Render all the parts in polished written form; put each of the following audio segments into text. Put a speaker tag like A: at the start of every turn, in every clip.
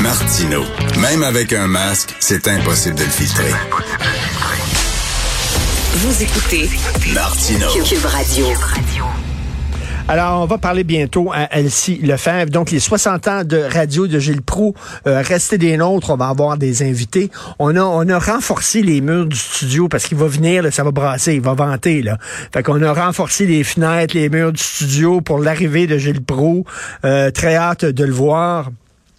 A: Martineau. Même avec un masque, c'est impossible de le filtrer.
B: Vous écoutez
A: Martineau.
B: Cube Radio.
C: Alors, on va parler bientôt à Elsie Lefebvre. Donc, les 60 ans de radio de Gilles Proulx, restez des nôtres, on va avoir des invités. On a renforcé les murs du studio parce qu'il va venir, là, ça va brasser, il va vanter, là. Fait qu'on a renforcé les fenêtres, les murs du studio pour l'arrivée de Gilles Proulx. Très hâte de le voir.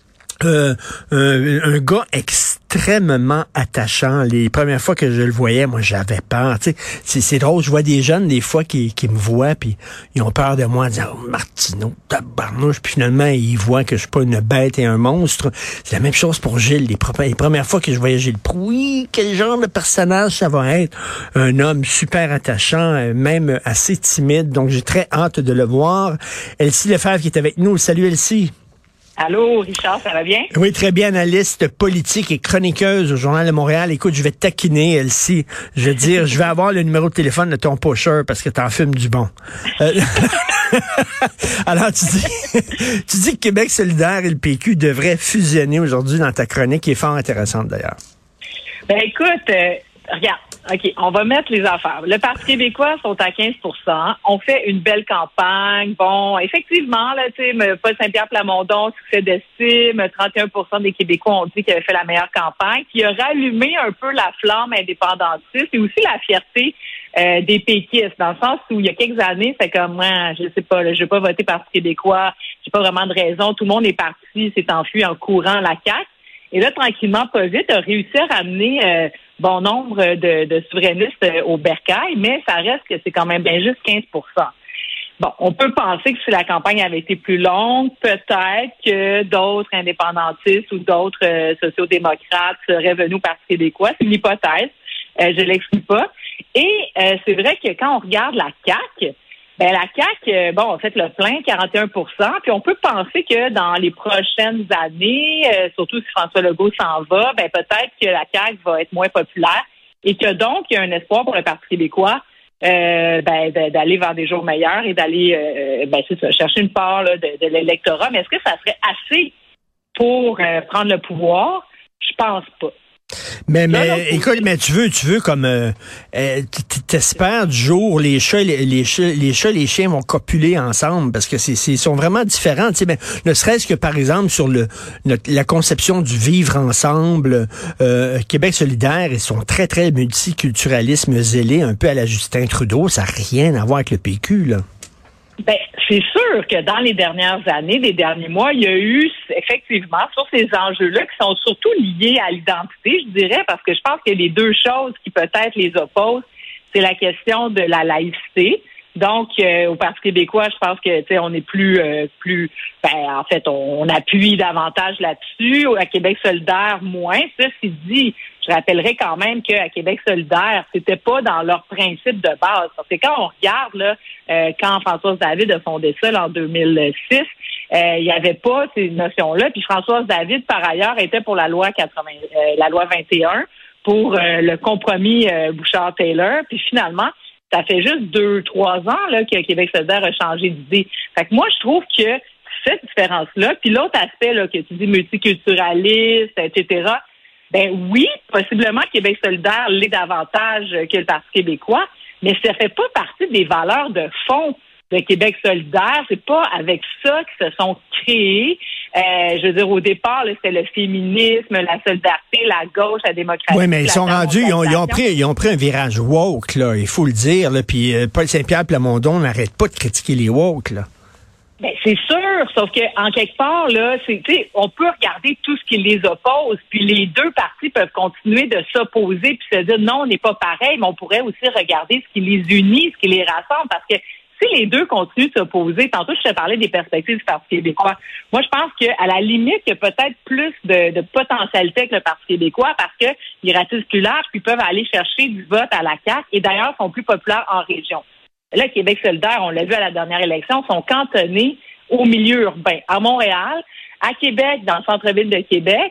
C: Un gars extrêmement attachant. Les premières fois que je le voyais, moi, j'avais peur. Tu sais, c'est drôle, je vois des jeunes, des fois, qui me voient, puis ils ont peur de moi, en disant, oh, Martineau, tabarnouche, puis finalement, ils voient que je suis pas une bête et un monstre. C'est la même chose pour Gilles. Les premières fois que je voyais Gilles Proulx, oui, quel genre de personnage ça va être? Un homme super attachant, même assez timide. Donc, j'ai très hâte de le voir. Elsie Lefebvre qui est avec nous. Salut, Elsie.
D: Allô, Richard, ça va bien?
C: Oui, très bien, analyste politique et chroniqueuse au Journal de Montréal. Écoute, je vais te taquiner, Elsie. Je vais dire, je vais avoir le numéro de téléphone de ton pusher parce que t'en fumes du bon. Alors, tu dis que Québec solidaire et le PQ devraient fusionner aujourd'hui dans ta chronique, qui est fort intéressante d'ailleurs.
D: Ben écoute, regarde, OK, on va mettre les affaires. Le Parti québécois sont à 15 %. On fait une belle campagne. Bon, effectivement, là, tu sais, Paul Saint-Pierre-Plamondon, succès d'estime, 31 % des Québécois ont dit qu'il avait fait la meilleure campagne, qui a rallumé un peu la flamme indépendantiste et aussi la fierté des péquistes, dans le sens où il y a quelques années, c'est comme moi, je sais pas, là, je vais pas voter Parti québécois, j'ai pas vraiment de raison, tout le monde est parti, s'est enfui en courant la CAQ. Et là, tranquillement, pas vite, a réussi à ramener bon nombre de souverainistes au bercail, mais ça reste que c'est quand même bien juste 15 %. Bon, on peut penser que si la campagne avait été plus longue, peut-être que d'autres indépendantistes ou d'autres sociodémocrates seraient venus au Parti québécois. C'est une hypothèse, je l'exclus pas. Et c'est vrai que quand on regarde la CAQ, ben la CAQ, bon, on fait le plein, 41 %, puis on peut penser que dans les prochaines années, surtout si François Legault s'en va, ben peut-être que la CAQ va être moins populaire et que donc il y a un espoir pour le Parti québécois d'aller vers des jours meilleurs et d'aller c'est ça, chercher une part là, de l'électorat. Mais est-ce que ça serait assez pour prendre le pouvoir? Je pense pas.
C: Mais écoute, mais tu veux comme t'espères du jour les chats, les chiens vont copuler ensemble parce que ils sont vraiment différents. Tu sais, ben, ne serait-ce que par exemple sur la conception du vivre ensemble, Québec solidaire et son très très multiculturalisme zélé, un peu à la Justin Trudeau, ça n'a rien à voir avec le PQ là.
D: Ben, c'est sûr que dans les dernières années, les derniers mois, il y a eu effectivement sur ces enjeux-là qui sont surtout liés à l'identité, je dirais, parce que je pense que les deux choses qui peut-être les opposent, c'est la question de la laïcité. Donc, au Parti québécois, je pense que on est plus en fait, on appuie davantage là-dessus. À Québec solidaire, moins. Ceci dit, je rappellerai quand même qu'à Québec solidaire, c'était pas dans leur principe de base. Parce que quand on regarde là, quand Françoise David a fondé ça là, en 2006, il n'y avait pas ces notions-là. Puis Françoise David, par ailleurs, était pour la loi 21 pour le compromis Bouchard-Taylor. Puis finalement, ça fait juste 2-3 ans là, que Québec solidaire a changé d'idée. Fait que moi, je trouve que cette différence-là, puis l'autre aspect là, que tu dis multiculturaliste, etc., ben oui, possiblement Québec solidaire l'est davantage que le Parti québécois, mais ça fait pas partie des valeurs de fond de Québec solidaire. C'est pas avec ça qu'ils se sont créés. Je veux dire, au départ, là, c'était le féminisme, la solidarité, la gauche, la démocratie.
C: Oui, mais ils sont rendus, ils ont pris un virage woke, là, il faut le dire. Là, puis Paul Saint-Pierre Plamondon n'arrête pas de critiquer les woke, là.
D: Ben, c'est sûr, sauf que en quelque part, là, on peut regarder tout ce qui les oppose, puis les deux partis peuvent continuer de s'opposer puis se dire non, on n'est pas pareil, mais on pourrait aussi regarder ce qui les unit, ce qui les rassemble, parce que si les deux continuent de s'opposer, tantôt je te parlais des perspectives du Parti québécois. Moi, je pense qu'à la limite, il y a peut-être plus de potentialité avec le Parti québécois parce qu'ils ratissent plus large, puis peuvent aller chercher du vote à la CAQ et d'ailleurs sont plus populaires en région. Là, Québec solidaire, on l'a vu à la dernière élection, sont cantonnés au milieu urbain, à Montréal, à Québec, dans le centre-ville de Québec,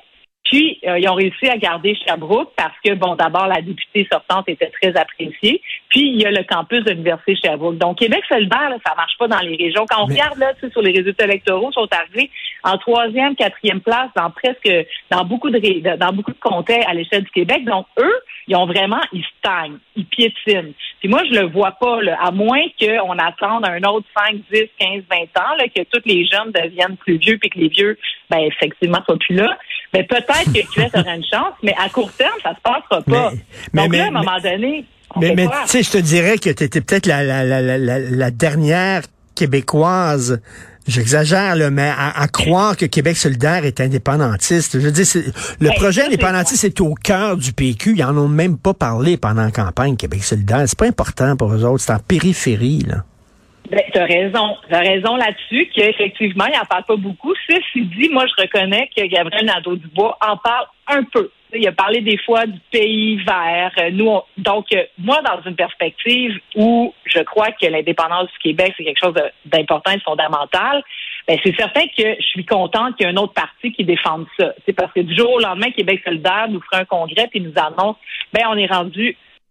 D: Puis, ils ont réussi à garder Sherbrooke parce que, bon, d'abord, la députée sortante était très appréciée. Puis, il y a le campus de l'Université Sherbrooke. Donc, Québec solidaire, là, ça marche pas dans les régions. Quand on regarde, là, sur les résultats électoraux, ils sont arrivés en 3e, 4e place dans beaucoup de comtés à l'échelle du Québec. Donc, eux, ils stagnent, ils piétinent. Puis moi, je le vois pas, là, à moins qu'on attende un autre 5, 10, 15, 20 ans, là, que tous les jeunes deviennent plus vieux puis que les vieux, effectivement, soient plus là. Mais peut-être que QS aura une chance, mais à court terme, ça se passera pas. Donc là, à un moment donné,
C: tu sais, je te dirais que tu étais peut-être la dernière Québécoise. J'exagère, là, mais à croire que Québec solidaire est indépendantiste. Je veux dire, le projet indépendantiste est au cœur du PQ. Ils en ont même pas parlé pendant la campagne, Québec solidaire. C'est pas important pour eux autres. C'est en périphérie, là.
D: T'as raison là-dessus, qu'effectivement, il n'en parle pas beaucoup. Ceci dit, moi, je reconnais que Gabriel Nadeau-Dubois en parle un peu. Il a parlé des fois du pays vert. Moi, dans une perspective où je crois que l'indépendance du Québec, c'est quelque chose d'important et de fondamental, c'est certain que je suis contente qu'il y ait un autre parti qui défende ça. C'est parce que du jour au lendemain, Québec solidaire nous fera un congrès et nous annonce, on est rendu.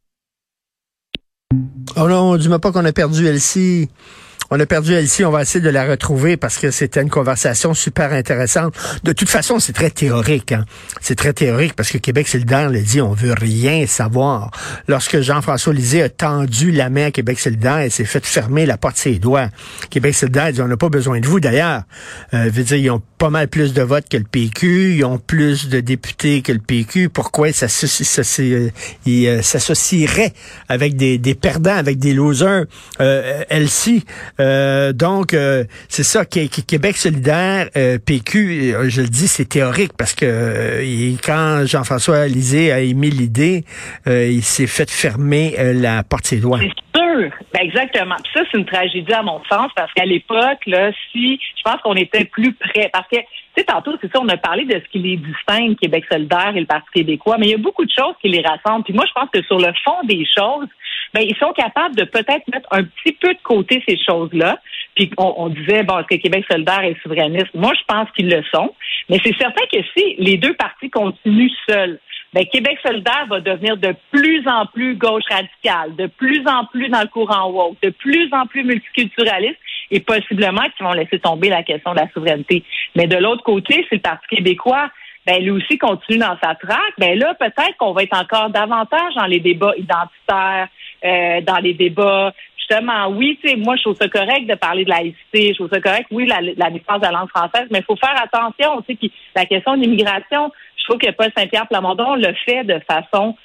C: Oh non, dis-moi pas qu'on a perdu Elsie. On a perdu Elsie, on va essayer de la retrouver parce que c'était une conversation super intéressante. De toute façon, c'est très théorique. Hein? C'est très théorique parce que Québec solidaire le dit, on veut rien savoir. Lorsque Jean-François Lisée a tendu la main à Québec solidaire, il s'est fait fermer la porte ses doigts. Québec solidaire dit, on n'a pas besoin de vous. D'ailleurs, veut dire, ils ont pas mal plus de votes que le PQ, ils ont plus de députés que le PQ. Pourquoi ils s'associeraient avec des perdants, avec des losers? Elsie, donc, c'est ça, Québec solidaire, PQ, je le dis, c'est théorique parce que quand Jean-François Lisée a émis l'idée, il s'est fait fermer la porte ses doigts.
D: C'est sûr, exactement. Puis ça, c'est une tragédie à mon sens parce qu'à l'époque, là, je pense qu'on était plus près. Parce que, tu sais, tantôt, c'est ça, on a parlé de ce qui les distingue, Québec solidaire et le Parti québécois, mais il y a beaucoup de choses qui les rassemblent. Puis moi, je pense que sur le fond des choses, ils sont capables de peut-être mettre un petit peu de côté ces choses-là. Puis on disait, est-ce que Québec solidaire est souverainiste? Moi, je pense qu'ils le sont. Mais c'est certain que si les deux partis continuent seuls, Québec solidaire va devenir de plus en plus gauche radicale, de plus en plus dans le courant woke, de plus en plus multiculturaliste et possiblement qu'ils vont laisser tomber la question de la souveraineté. Mais de l'autre côté, c'est le Parti québécois, lui aussi continue dans sa traque, là, peut-être qu'on va être encore davantage dans les débats identitaires, dans les débats, justement, oui, tu sais, moi, je trouve ça correct de parler de laïcité, je trouve ça correct, oui, la défense de la langue française, mais il faut faire attention, tu sais, puis la question de l'immigration, je trouve que Paul Saint-Pierre Plamondon le fait de façon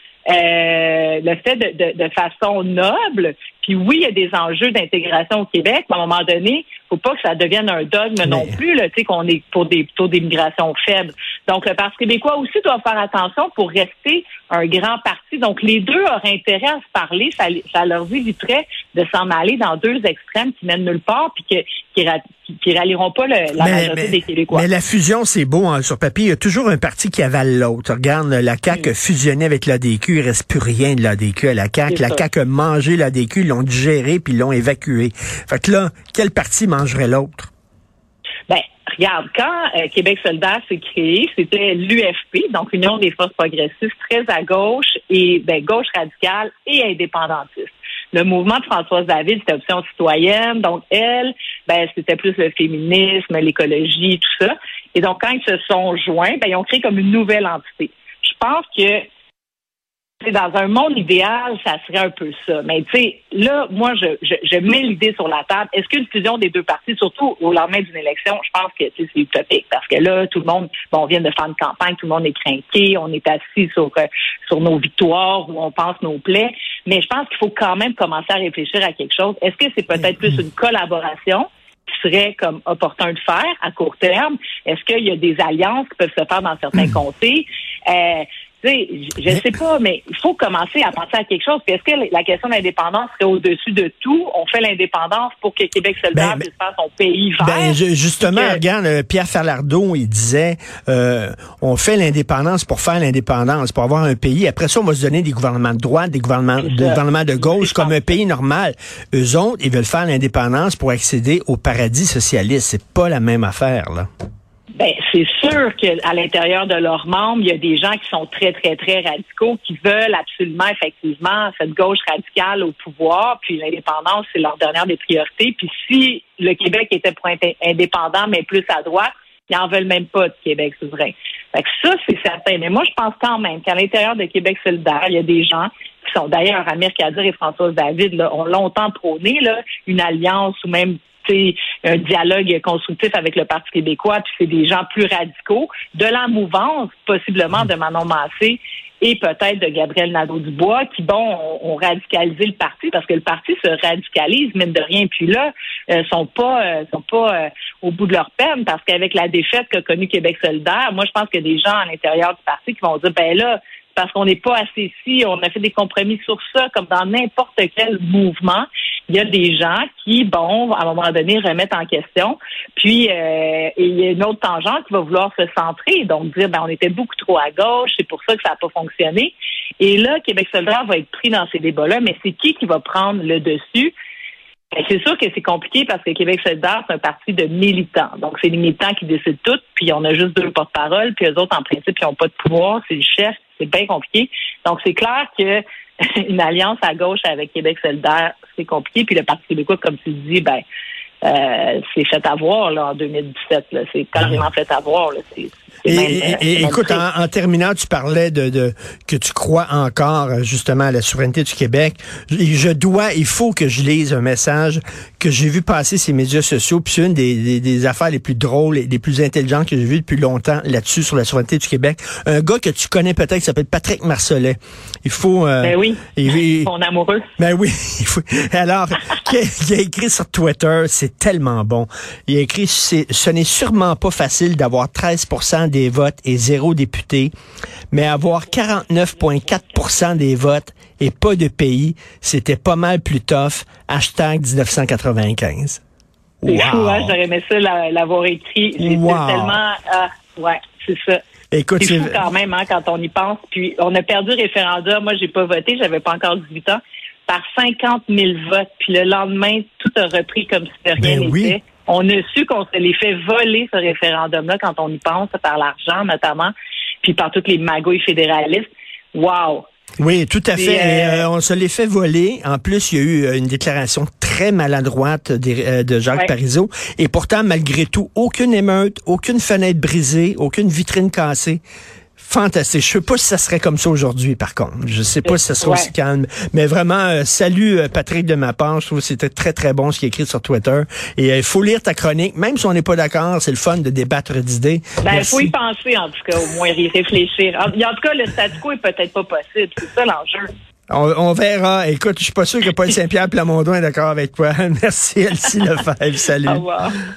D: noble. Puis oui, il y a des enjeux d'intégration au Québec, mais à un moment donné, faut pas que ça devienne un dogme non plus, là, tu sais, qu'on est pour des taux d'immigration faibles. Donc, le Parti québécois aussi doit faire attention pour rester un grand parti. Donc, les deux auraient intérêt à se parler. Ça leur éviterait de s'en aller dans deux extrêmes qui mènent nulle part puis qui rallieront pas la majorité des Québécois.
C: Mais la fusion, c'est beau, hein, sur papier. Il y a toujours un parti qui avale l'autre. Regarde, la CAQ a fusionné avec l'ADQ. Il reste plus rien de l'ADQ à la CAQ. La CAQ a mangé l'ADQ, ils l'ont digéré puis ils l'ont évacué. Fait que là, quel parti mangerait l'autre?
D: Regarde, quand Québec solidaire s'est créé, c'était l'UFP, donc Union des forces progressistes, très à gauche et gauche radicale et indépendantiste. Le mouvement de Françoise David, c'était Option citoyenne, donc elle, c'était plus le féminisme, l'écologie, tout ça. Et donc, quand ils se sont joints, ils ont créé comme une nouvelle entité. Je pense que dans un monde idéal, ça serait un peu ça. Mais tu sais, là, moi, je mets l'idée sur la table. Est-ce qu'une fusion des deux partis, surtout au lendemain d'une élection, je pense que c'est utopique. Parce que là, tout le monde, on vient de faire une campagne, tout le monde est crinqué, on est assis sur nos victoires ou on pense nos plaies. Mais je pense qu'il faut quand même commencer à réfléchir à quelque chose. Est-ce que c'est peut-être plus une collaboration qui serait comme opportun de faire à court terme? Est-ce qu'il y a des alliances qui peuvent se faire dans certains comtés? Tu sais, je sais pas, mais il faut commencer à penser à quelque chose. Puis est-ce que la question de l'indépendance serait au-dessus de tout? On fait l'indépendance pour que Québec solidaire puisse faire son pays vert.
C: Justement, regarde, Pierre Falardeau, il disait, on fait l'indépendance pour faire l'indépendance, pour avoir un pays. Après ça, on va se donner des gouvernements de droite, des gouvernements de gauche, comme un pays normal. Eux autres, ils veulent faire l'indépendance pour accéder au paradis socialiste. C'est pas la même affaire, là.
D: Ben, c'est sûr qu'à l'intérieur de leurs membres, il y a des gens qui sont très, très, très radicaux, qui veulent absolument, effectivement, cette gauche radicale au pouvoir, puis l'indépendance, c'est leur dernière des priorités. Puis si le Québec était pour indépendant, mais plus à droite, ils n'en veulent même pas de Québec souverain. Fait que ça, c'est certain. Mais moi, je pense quand même qu'à l'intérieur de Québec solidaire, il y a des gens qui sont d'ailleurs, Amir Kadir et Françoise David là, ont longtemps prôné là, une alliance ou même un dialogue constructif avec le Parti québécois, puis c'est des gens plus radicaux, de la mouvance, possiblement de Manon Massé et peut-être de Gabriel Nadeau-Dubois, qui, ont radicalisé le parti, parce que le parti se radicalise, mine de rien. Puis là, sont pas au bout de leur peine, parce qu'avec la défaite qu'a connue Québec solidaire, moi, je pense qu'il y a des gens à l'intérieur du parti qui vont dire, ben là, parce qu'on n'est pas assez ici, on a fait des compromis sur ça, comme dans n'importe quel mouvement. Il y a des gens qui, à un moment donné, remettent en question. Puis, et il y a une autre tangente qui va vouloir se centrer, donc dire, on était beaucoup trop à gauche, c'est pour ça que ça n'a pas fonctionné. Et là, Québec solidaire va être pris dans ces débats-là, mais c'est qui va prendre le dessus? C'est sûr que c'est compliqué parce que Québec solidaire, c'est un parti de militants. Donc, c'est les militants qui décident tout, puis on a juste 2 porte-parole, puis eux autres, en principe, ils n'ont pas de pouvoir, c'est le chef, c'est bien compliqué. Donc, c'est clair que une alliance à gauche avec Québec solidaire, c'est compliqué. Puis le Parti québécois, comme tu dis, c'est fait avoir là, en 2017. Là. C'est carrément fait avoir. Là.
C: Écoute, en terminant, tu parlais de que tu crois encore justement à la souveraineté du Québec. Il faut que je lise un message que j'ai vu passer ces médias sociaux. Puis c'est une des affaires les plus drôles et les plus intelligentes que j'ai vues depuis longtemps là-dessus sur la souveraineté du Québec. Un gars que tu connais peut-être qui s'appelle Patrick Marcelet. Il faut.
D: Oui. Son amoureux.
C: Ben oui. Alors, il a écrit sur Twitter, c'est tellement bon. Il a écrit, ce n'est sûrement pas facile d'avoir 13% des votes et 0 député, mais avoir 49,4% des votes et pas de pays, c'était pas mal plus tough. Hashtag 1995.
D: C'est fou, hein? J'aurais aimé ça l'avoir écrit. J'étais tellement... c'est ça.
C: Écoute,
D: c'est fou quand même, hein, quand on y pense. Puis, on a perdu le référendum. Moi, j'ai pas voté. J'avais pas encore 18 ans. Par 50 000 votes. Puis le lendemain, tout a repris comme si de rien n'était.
C: Oui.
D: On a su qu'on se les fait voler, ce référendum-là, quand on y pense, par l'argent notamment, puis par toutes les magouilles fédéralistes. Wow!
C: Oui, tout à fait. On se les fait voler. En plus, il y a eu une déclaration très maladroite de Jacques Parizeau. Et pourtant, malgré tout, aucune émeute, aucune fenêtre brisée, aucune vitrine cassée. Fantastique. Je sais pas si ça serait comme ça aujourd'hui, par contre. Je sais pas si ça serait aussi calme. Mais vraiment, salut Patrick de ma part. Je trouve que c'était très, très bon ce qu'il a écrit sur Twitter. Et il faut lire ta chronique. Même si on n'est pas d'accord, c'est le fun de débattre d'idées.
D: Il faut y penser, en tout cas, au moins y réfléchir. En tout cas, le statu quo est peut-être pas possible. C'est ça l'enjeu.
C: On verra. Écoute, je suis pas sûr que Paul Saint-Pierre Plamondon est d'accord avec toi. Merci, Elsie Lefebvre. Salut.
D: Au revoir.